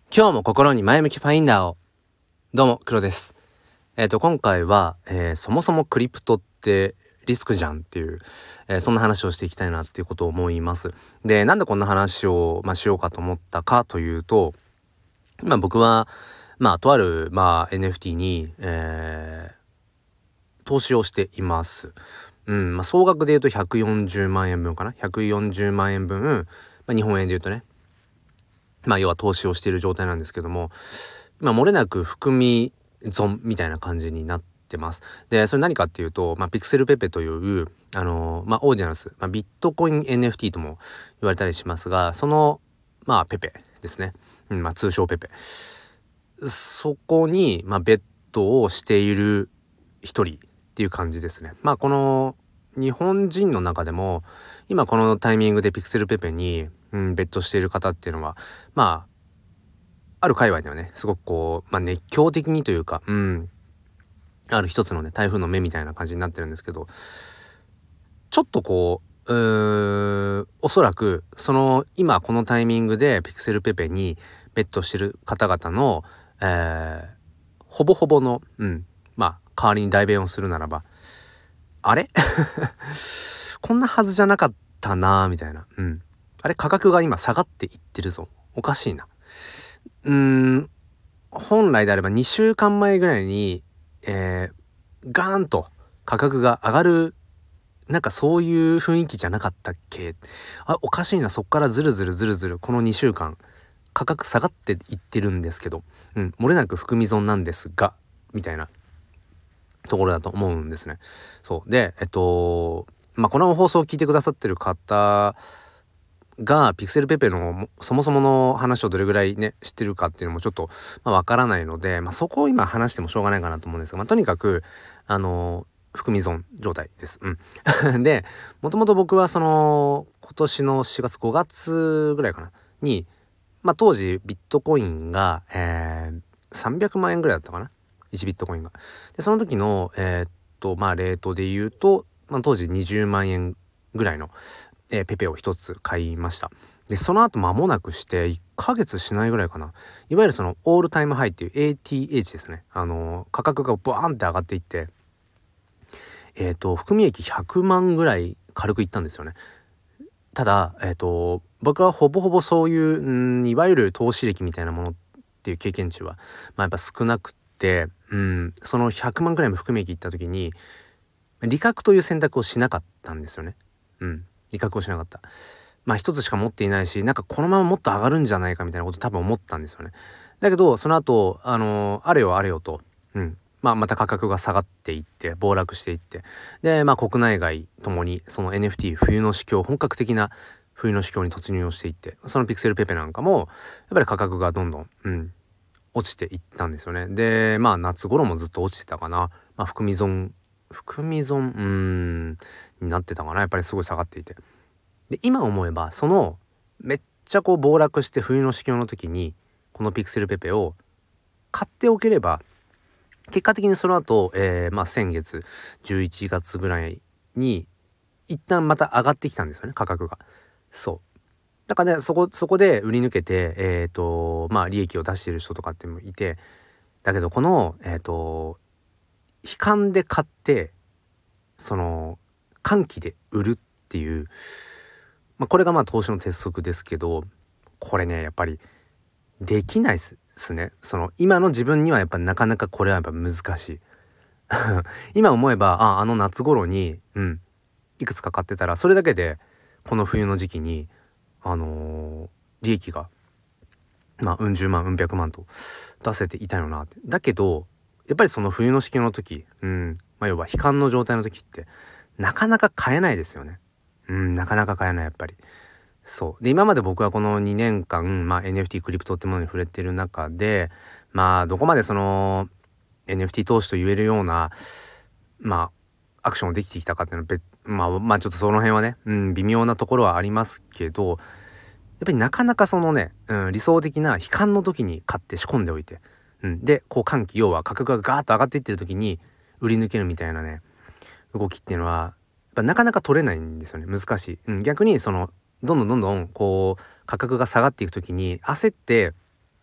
今日も心に前向きファインダーを。どうも黒です。今回は、そもそもクリプトってリスクじゃんっていう、そんな話をしていきたいなっていうことを思います。で、なんでこんな話を、しようかと思ったかというと、今僕はとあるNFT に、投資をしています。総額で言うと140万円分かな。140万円分、日本円で言うとね、要は投資をしている状態なんですけども、漏れなく含み損みたいな感じになってます。で、それ何かっていうと、ピクセルペペという、オーディナンス、ビットコイン NFT とも言われたりしますが、その、ペペですね。通称ペペ。そこに、ベットをしている一人っていう感じですね。この日本人の中でも今このタイミングでピクセルペペに、ベットしている方っていうのはある界隈ではねすごくこう、熱狂的にというか、ある一つのね台風の目みたいな感じになってるんですけど、ちょっとこうおそらくその今このタイミングでピクセルペペにベットしてる方々の、ほぼほぼの、代わりに代弁をするならば、あれこんなはずじゃなかったなみたいな、あれ価格が今下がっていってるぞ、おかしいな、本来であれば2週間前ぐらいに、ガーンと価格が上がる、なんかそういう雰囲気じゃなかったっけ、おかしいな、そっからずるずるこの2週間価格下がっていってるんですけど、漏れなく含み損なんですがみたいなところだと思うんですね。そうで、この放送を聞いてくださってる方がピクセルペペのそもそもの話をどれぐらいね知ってるかっていうのもちょっとわからないので、そこを今話してもしょうがないかなと思うんですが、とにかく含み損状態です。で、もともと僕はその今年の4月5月ぐらいかなに、当時ビットコインが、300万円ぐらいだったかな、1ビットコインが。でその時のレートで言うと、当時20万円ぐらいの、ペペを一つ買いました。でその後間もなくして1ヶ月しないぐらいかな、いわゆるそのオールタイムハイっていう ATH ですね、価格がバーンって上がっていって、含み益100万ぐらい軽くいったんですよね。ただ、僕はほぼほぼそういう、いわゆる投資歴みたいなものっていう経験値は、やっぱ少なくって、その100万ぐらいも含み益いった時に利確という選択をしなかったんですよね。利確をしなかった。一つしか持っていないし、なんかこのままもっと上がるんじゃないかみたいなこと多分思ったんですよね。だけどその後あれよと、また価格が下がっていって暴落していって、で国内外ともにその NFT 冬の市況、本格的な冬の市況に突入をしていって、そのピクセルペペなんかもやっぱり価格がどんどん、落ちていったんですよね。で夏頃もずっと落ちてたかな。含み損になってたかな。やっぱりすごい下がっていて、で今思えばそのめっちゃこう暴落して冬の市況の時にこのピクセルペペを買っておければ、結果的にその後、先月11月ぐらいに一旦また上がってきたんですよね、価格が。そうだからね、そこで売り抜けて利益を出している人とかってもいて、だけどこの悲観で買ってその歓喜で売るっていう、これが投資の鉄則ですけど、これねやっぱりできないですね。その今の自分にはやっぱなかなかこれはやっぱ難しい今思えばあの夏頃にいくつか買ってたら、それだけでこの冬の時期に利益がうん十万うん百万と出せていたよなって。だけどやっぱりその冬の式の時、要は悲観の状態の時ってなかなか買えないですよね。なかなか買えない、やっぱり。そうで、今まで僕はこの2年間、NFT クリプトってものに触れてる中で、どこまでその NFT 投資と言えるようなアクションをできてきたかっていうのはちょっとその辺はね、微妙なところはありますけど、やっぱりなかなかそのね、理想的な悲観の時に買って仕込んでおいて、でこう歓喜、要は価格がガーッと上がっていってる時に売り抜けるみたいなね動きっていうのはやっぱなかなか取れないんですよね。難しい。逆にそのどんどんこう価格が下がっていく時に焦って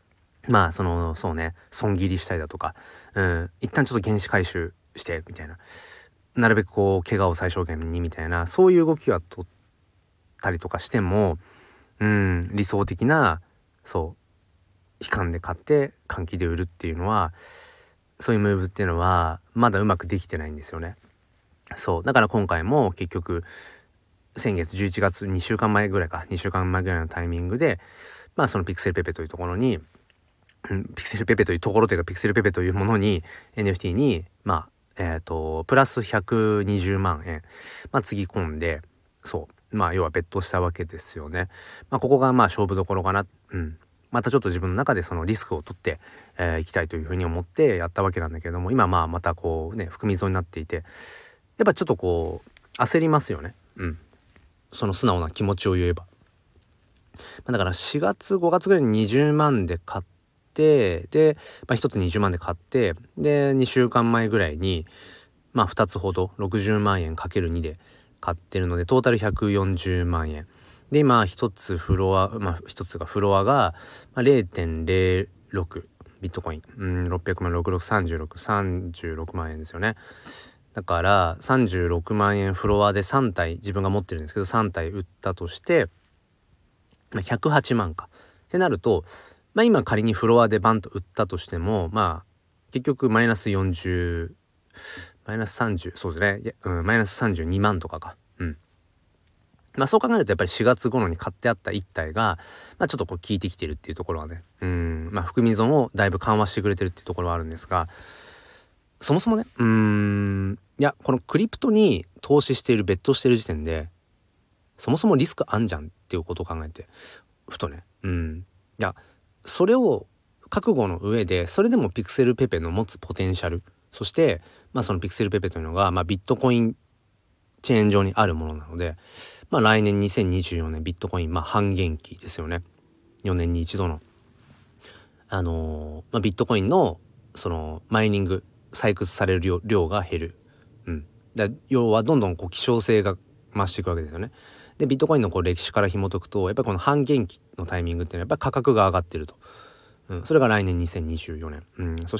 そうね、損切りしたりだとか、一旦ちょっと原資回収してみたいな、なるべくこう怪我を最小限にみたいな、そういう動きは取ったりとかしても、理想的な悲観で買って換気で売るっていうのは、そういうムーブっていうのはまだうまくできてないんですよね。だから今回も結局先月11月2週間前ぐらいのタイミングで、そのピクセルペペというところに、ピクセルペペというところというか、ピクセルペペというものに NFT にプラス120万円、つぎ込んで、要はベットしたわけですよね。ここが勝負どころかな。またちょっと自分の中でそのリスクを取っていきたいというふうに思ってやったわけなんだけれども、今またこうね、含み損になっていて、やっぱちょっとこう焦りますよね。その素直な気持ちを言えば。だから4月5月ぐらいに20万で買って、で、1つ20万で買って、で2週間前ぐらいに2つほど60万円 ×2 で買ってるので、トータル140万円で、今一つフロアが0.06 ビットコイン、600万36万円ですよね。だから36万円フロアで3体自分が持ってるんですけど、3体売ったとして108万かってなると、今仮にフロアでバンと売ったとしても、結局マイナス30、そうですね、マイナス32万とかか。そう考えるとやっぱり4月頃に買ってあった1体が、ちょっとこう効いてきてるっていうところはね、含み損をだいぶ緩和してくれてるっていうところはあるんですが、そもそもね、いや、このクリプトに投資している、ベットしている時点でそもそもリスクあんじゃんっていうことを考えて、ふとね、いや、それを覚悟の上で、それでもピクセルペペの持つポテンシャル、そしてそのピクセルペペというのがビットコインチェーン上にあるものなので、来年2024年ビットコイン半減期ですよね。4年に一度のビットコインのそのマイニング採掘される量が減る。要はどんどんこう希少性が増していくわけですよね。でビットコインのこう歴史から紐解くと、やっぱりこの半減期のタイミングっていうのはやっぱり価格が上がってると。それが来年2024年。そして、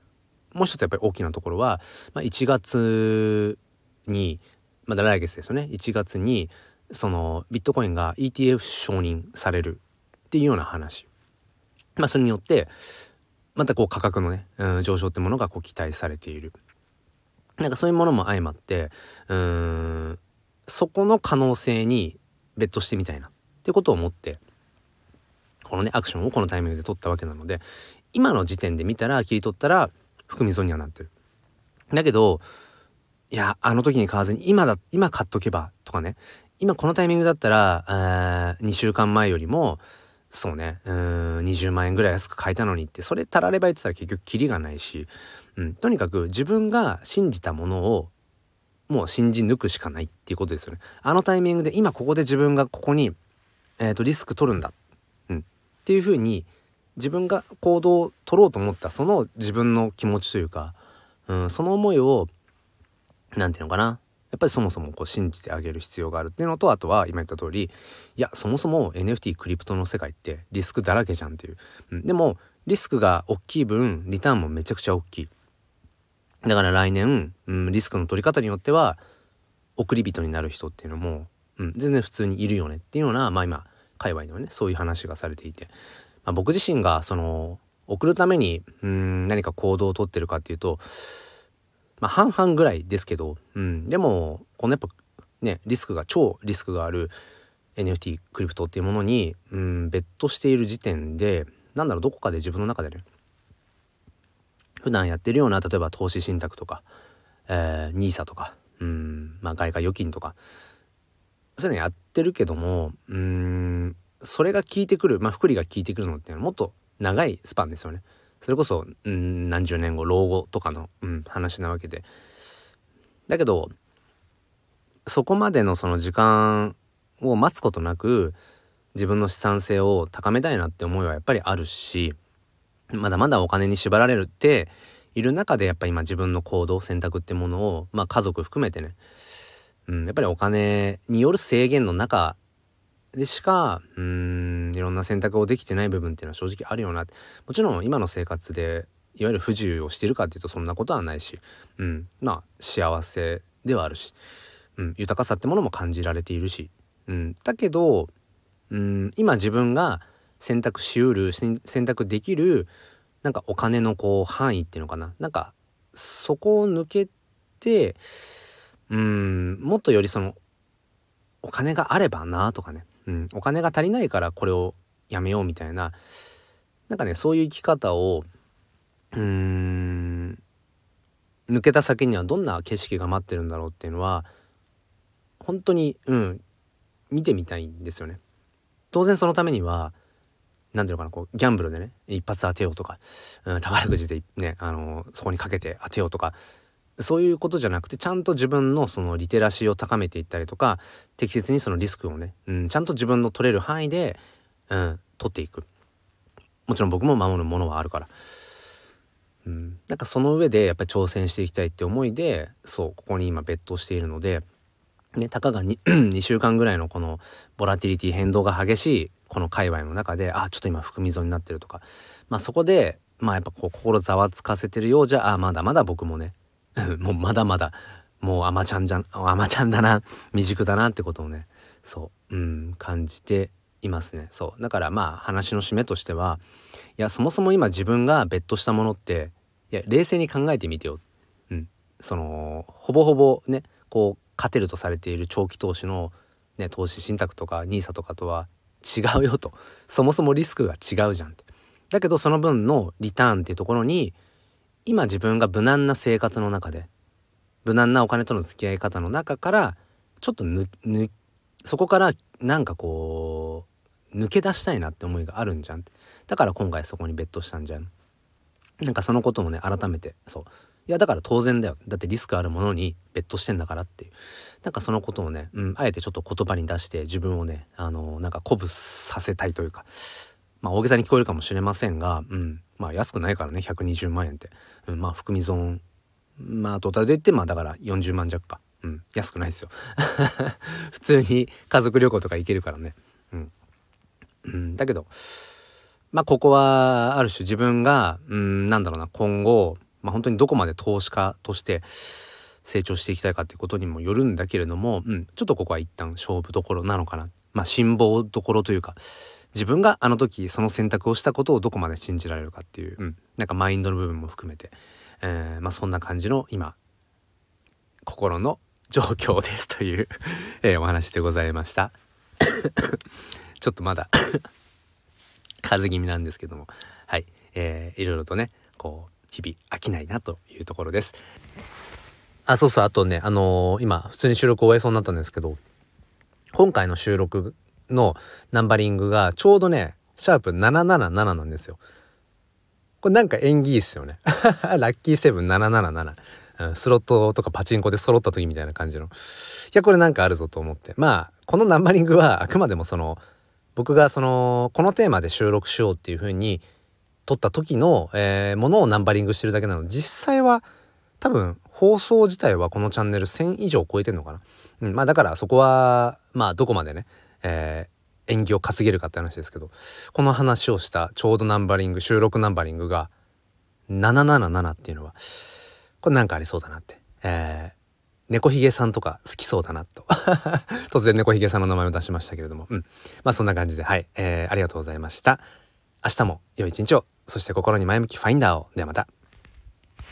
もう一つやっぱり大きなところは、1月にまだ来月ですよね。1月にそのビットコインが ETF 承認されるっていうような話。それによってまたこう価格のね、上昇ってものがこう期待されている。そういうものも相まって、そこの可能性にベットしてみたいなっていうことを思って、このねアクションをこのタイミングで取ったわけなので、今の時点で見たら切り取ったら含み損にはなってる。だけど、いや、あの時に買わずに今買っとけばとかね、今このタイミングだったら2週間前よりもそうね、20万円ぐらい安く買えたのにって、それたられば言ってたら結局キリがないし、とにかく自分が信じたものをもう信じ抜くしかないっていうことですよね。あのタイミングで今ここで自分がここに、リスク取るんだ、っていうふうに自分が行動を取ろうと思ったその自分の気持ちというか、その思いをなんていうのかな、やっぱりそもそもこう信じてあげる必要があるっていうのと、あとは今言った通り、いやそもそも NFT クリプトの世界ってリスクだらけじゃんっていう、でもリスクが大きい分リターンもめちゃくちゃ大きい。だから来年、リスクの取り方によっては送り人になる人っていうのも、全然普通にいるよねっていうような、今界隈のねそういう話がされていて、僕自身がその送るために何か行動をとってるかっていうと、半々ぐらいですけど、でもこのやっぱね超リスクがある NFT クリプトっていうものにベットしている時点で、どこかで自分の中でね、普段やってるような例えば投資信託とか、NISA とか外貨預金とかそういうのやってるけども、それが効いてくる、複利が効いてくるのっていうのはもっと長いスパンですよね。それこそ何十年後老後とかの、話なわけで、だけどそこまでのその時間を待つことなく自分の資産性を高めたいなって思いはやっぱりあるし、まだまだお金に縛られるっている中で、やっぱり今自分の行動選択ってものを、家族含めてね、やっぱりお金による制限の中でしかいろんな選択をできてない部分っていうのは正直あるよな。もちろん今の生活でいわゆる不自由をしているかっていうとそんなことはないし、まあ幸せではあるし、豊かさってものも感じられているし、だけど今自分が選択しうる選択できるなんかお金のこう範囲っていうのかな、なんかそこを抜けてもっとよりそのお金があればなとかね、お金が足りないからこれをやめようみたいな、なんかねそういう生き方を抜けた先にはどんな景色が待ってるんだろうっていうのは本当に見てみたいんですよね。当然そのためにはなんていうのかな、こうギャンブルでね一発当てようとか、宝くじでねそこにかけて当てようとか、そういうことじゃなくてちゃんと自分のそのリテラシーを高めていったりとか、適切にそのリスクをね、ちゃんと自分の取れる範囲で、取っていく。もちろん僕も守るものはあるから、なんかその上でやっぱり挑戦していきたいって思いで、そうここに今ベットしているので、ね、たかが 2週間ぐらいのこのボラティリティ変動が激しいこの界隈の中で、ちょっと今含み損になってるとか、そこでやっぱこう心ざわつかせてるようじゃ、まだまだ僕もねもうまだまだもうアマちゃんだな、未熟だなってことをね感じていますね。そうだから話の締めとしては、いやそもそも今自分がベットしたものって、いや冷静に考えてみてよ。そのほぼほぼねこう勝てるとされている長期投資のね投資信託とかニーサとかとは違うよと。そもそもリスクが違うじゃんって。だけどその分のリターンっていうところに、今自分が無難な生活の中で無難なお金との付き合い方の中からちょっとそこからなんかこう抜け出したいなって思いがあるんじゃん。だから今回そこにベットしたんじゃん。なんかそのこともね改めていやだから当然だよ、だってリスクあるものにベットしてんだからっていう、なんかそのことをね、あえてちょっと言葉に出して自分をねなんか鼓舞させたいというか、大げさに聞こえるかもしれませんが、安くないからね120万円って、含み損トータルで言ってだから40万弱か、安くないですよ普通に家族旅行とか行けるからね、だけどここはある種自分がなんだろうな、今後本当にどこまで投資家として成長していきたいかっていうことにもよるんだけれども、ちょっとここは一旦勝負どころなのかな、辛抱どころというか、自分があの時その選択をしたことをどこまで信じられるかっていう、なんかマインドの部分も含めて、そんな感じの今心の状況ですというお話でございましたちょっとまだ風邪気味なんですけども、いろいろとねこう日々飽きないなというところです。あとね今普通に収録終えそうになったんですけど、今回の収録のナンバリングがちょうどねシャープ777なんですよ。これなんか縁起いいっすよねラッキーセブン777、スロットとかパチンコで揃った時みたいな感じの、いやこれなんかあるぞと思って、このナンバリングはあくまでも僕がこのテーマで収録しようっていう風に撮った時の、ものをナンバリングしてるだけなので、実際は多分放送自体はこのチャンネル1000以上超えてんのかな、だからそこはどこまでね、縁起を担げるかって話ですけど、この話をしたちょうどナンバリング、収録ナンバリングが777っていうのはこれなんかありそうだなって、猫ひげさんとか好きそうだなと突然猫ひげさんの名前を出しましたけれども、そんな感じでありがとうございました。明日も良い一日を、そして心に前向きファインダーを。ではまた。